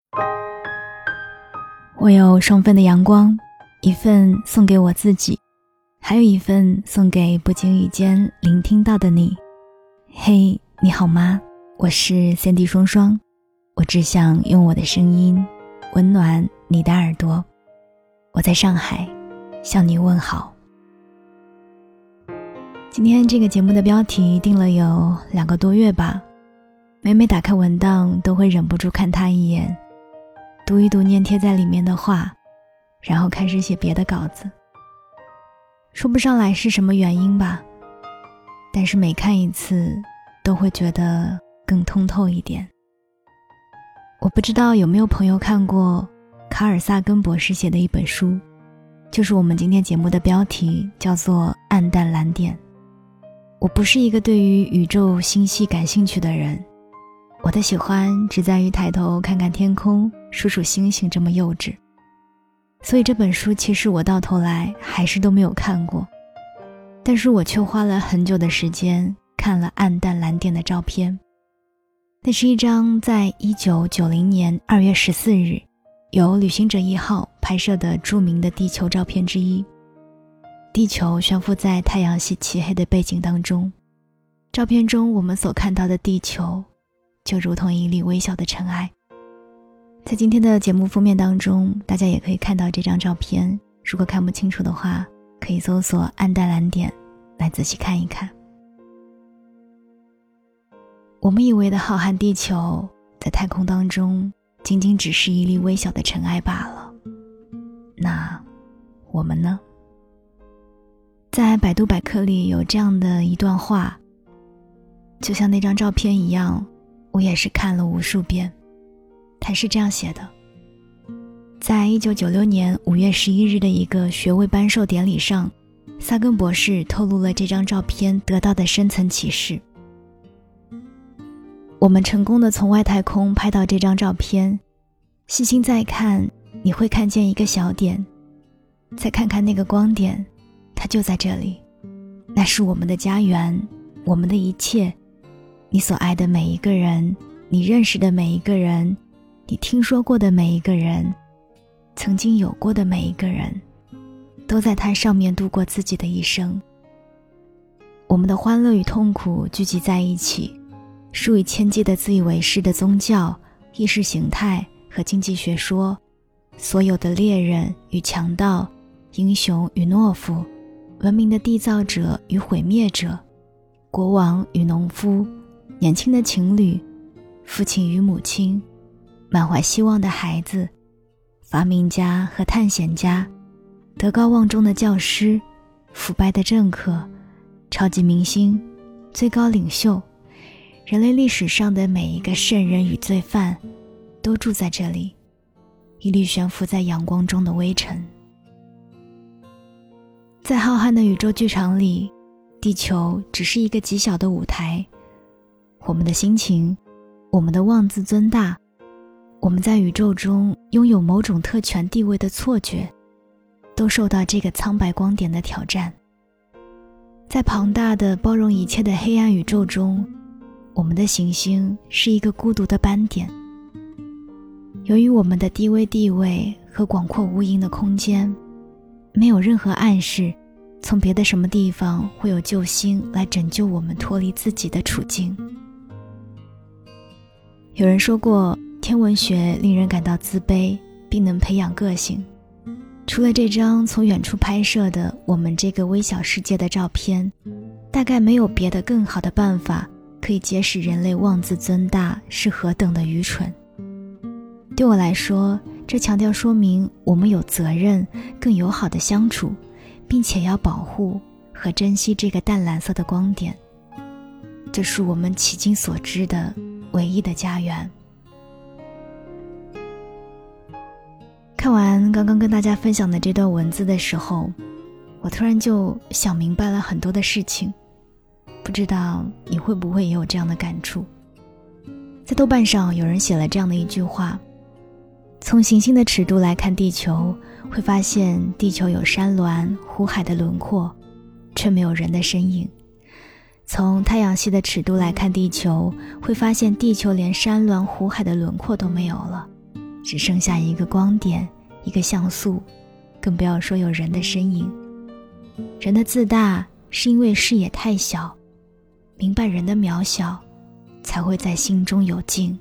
我有双份的阳光，一份送给我自己，还有一份送给不经意间聆听到的你。嘿，你好吗？我是Sandy双双，我只想用我的声音温暖你的耳朵。我在上海向你问好。今天这个节目的标题定了有2个多月吧，每打开文档都会忍不住看它一眼，读一读粘贴在里面的话，然后开始写别的稿子。说不上来是什么原因吧，但是每看一次都会觉得更通透一点。我不知道有没有朋友看过卡尔萨根博士写的一本书，就是我们今天节目的标题，叫做《暗淡蓝点》。我不是一个对于宇宙星系感兴趣的人，我的喜欢只在于抬头看看天空，数数星星这么幼稚。所以这本书其实我到头来还是都没有看过，但是我却花了很久的时间看了暗淡蓝点的照片。那是一张在1990年2月14日由旅行者1号拍摄的著名的地球照片之一。地球悬浮在太阳系漆黑的背景当中，照片中我们所看到的地球就如同一粒微小的尘埃。在今天的节目封面当中，大家也可以看到这张照片，如果看不清楚的话，可以搜索暗淡蓝点来仔细看一看。我们以为的浩瀚地球，在太空当中仅仅只是一粒微小的尘埃罢了。那我们呢？在百度百科里有这样的一段话，就像那张照片一样，我也是看了无数遍。他是这样写的：在1996年5月11日的一个学位颁授典礼上，萨根博士透露了这张照片得到的深层启示。我们成功地从外太空拍到这张照片，细心再看，你会看见一个小点，再看看那个光点，它就在这里，那是我们的家园，我们的一切，你所爱的每一个人，你认识的每一个人，你听说过的每一个人，曾经有过的每一个人，都在它上面度过自己的一生。我们的欢乐与痛苦聚集在一起，数以千计的自以为是的宗教、意识形态和经济学说，所有的猎人与强盗，英雄与懦夫，文明的缔造者与毁灭者，国王与农夫，年轻的情侣，父亲与母亲，满怀希望的孩子，发明家和探险家，德高望重的教师，腐败的政客，超级明星，最高领袖，人类历史上的每一个圣人与罪犯，都住在这里，一粒悬浮在阳光中的微尘。在浩瀚的宇宙剧场里，地球只是一个极小的舞台。我们的心情，我们的妄自尊大，我们在宇宙中拥有某种特权地位的错觉，都受到这个苍白光点的挑战。在庞大的包容一切的黑暗宇宙中，我们的行星是一个孤独的斑点。由于我们的低微地位和广阔无垠的空间，没有任何暗示从别的什么地方会有救星来拯救我们脱离自己的处境。有人说过，天文学令人感到自卑，并能培养个性。除了这张从远处拍摄的我们这个微小世界的照片，大概没有别的更好的办法可以揭示人类妄自尊大是何等的愚蠢。对我来说，这强调说明我们有责任更友好的相处，并且要保护和珍惜这个淡蓝色的光点，这是我们迄今所知的唯一的家园。看完刚刚跟大家分享的这段文字的时候，我突然就想明白了很多的事情，不知道你会不会也有这样的感触。在豆瓣上有人写了这样的一句话：从行星的尺度来看地球，会发现地球有山峦、湖海的轮廓，却没有人的身影。从太阳系的尺度来看地球，会发现地球连山峦、湖海的轮廓都没有了， 只剩下一个光点，一个像素，更不要说有人的身影。人的自大是因为视野太小，明白人的渺小，才会在心中有静。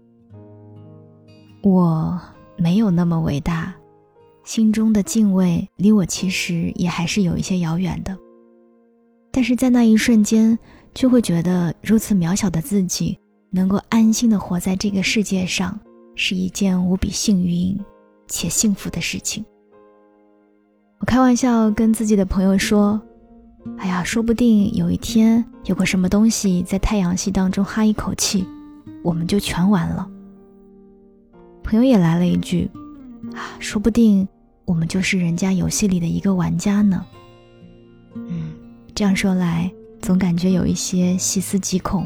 我没有那么伟大，心中的敬畏离我其实也还是有一些遥远的，但是在那一瞬间就会觉得如此渺小的自己能够安心地活在这个世界上，是一件无比幸运且幸福的事情。我开玩笑跟自己的朋友说，哎呀，说不定有一天有个什么东西在太阳系当中哈一口气，我们就全完了。朋友也来了一句，说不定我们就是人家游戏里的一个玩家呢。这样说来总感觉有一些细思极恐。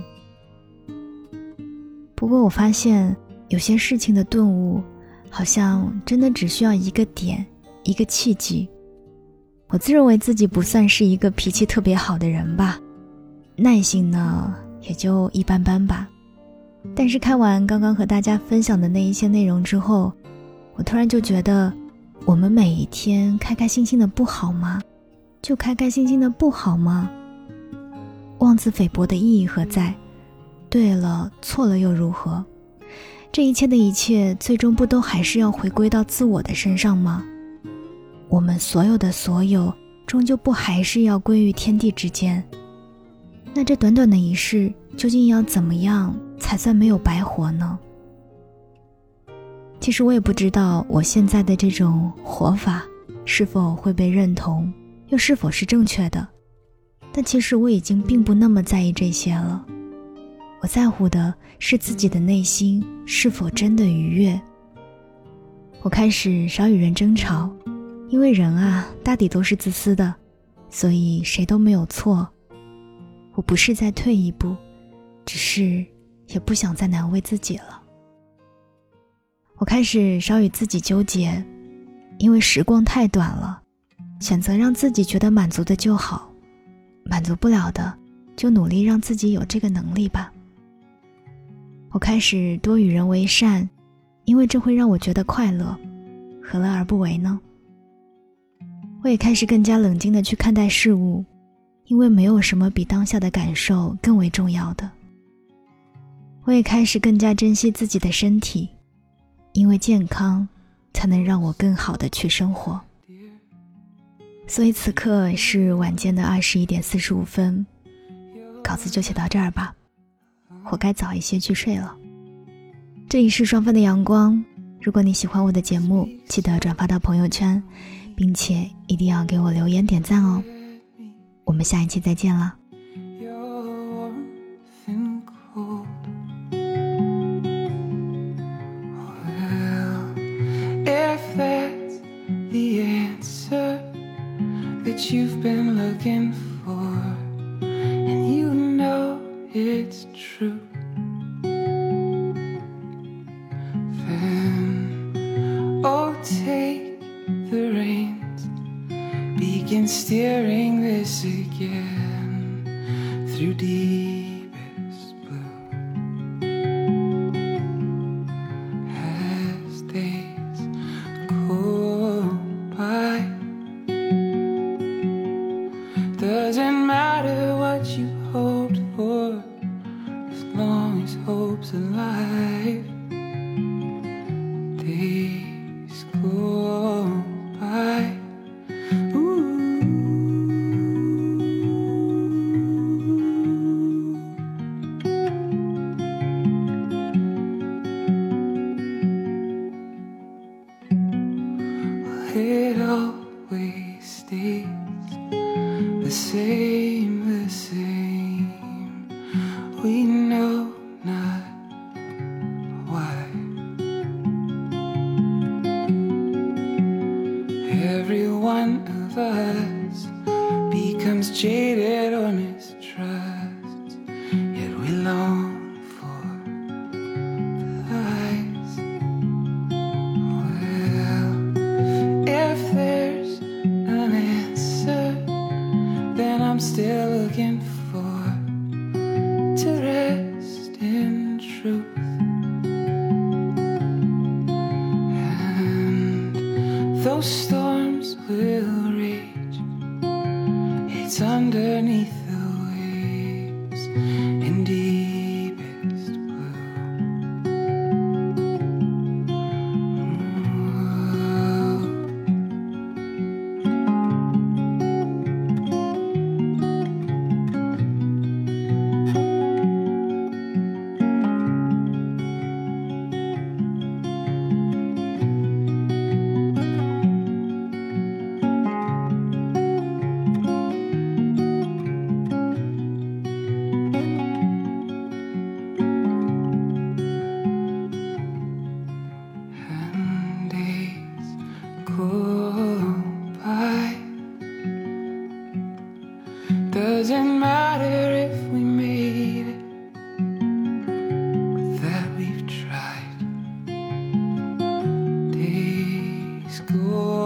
不过我发现有些事情的顿悟好像真的只需要一个点，一个契机。我自认为自己不算是一个脾气特别好的人吧，耐性呢也就一般般吧。但是看完刚刚和大家分享的那一些内容之后，我突然就觉得我们每一天开开心心的不好吗？就开开心心的不好吗？妄自菲薄的意义何在？对了错了又如何？这一切的一切最终不都还是要回归到自我的身上吗？我们所有的所有终究不还是要归于天地之间？那这短短的一世究竟要怎么样才算没有白活呢？其实我也不知道我现在的这种活法是否会被认同，又是否是正确的，但其实我已经并不那么在意这些了。我在乎的是自己的内心是否真的愉悦。我开始少与人争吵，因为人啊大抵都是自私的，所以谁都没有错。我不是在退一步，只是也不想再难为自己了。我开始少与自己纠结，因为时光太短了，选择让自己觉得满足的就好，满足不了的就努力让自己有这个能力吧。我开始多与人为善，因为这会让我觉得快乐，何乐而不为呢？我也开始更加冷静地去看待事物，因为没有什么比当下的感受更为重要的。我也开始更加珍惜自己的身体，因为健康才能让我更好地去生活。所以此刻是晚间的21点45分，稿子就写到这儿吧，我该早一些去睡了。这里是双份的阳光，如果你喜欢我的节目，记得转发到朋友圈，并且一定要给我留言点赞哦。我们下一期再见了。 That you've been looking for, and you know it's true, then oh take the reins, begin steering this again through deepest blue. As days go by, doesn't matter what you hoped for, as long as hope's alive. Days go by. It always stays the same, the same. We know not why. Every one of us becomes jaded or mistrust, yet we long for lies. Well, if there's an answer, then I'm still looking for to rest in truth. those storms will rage. It's underneath the waves in deepest blue. Go by. Doesn't matter if we made it, but that we've tried. Days go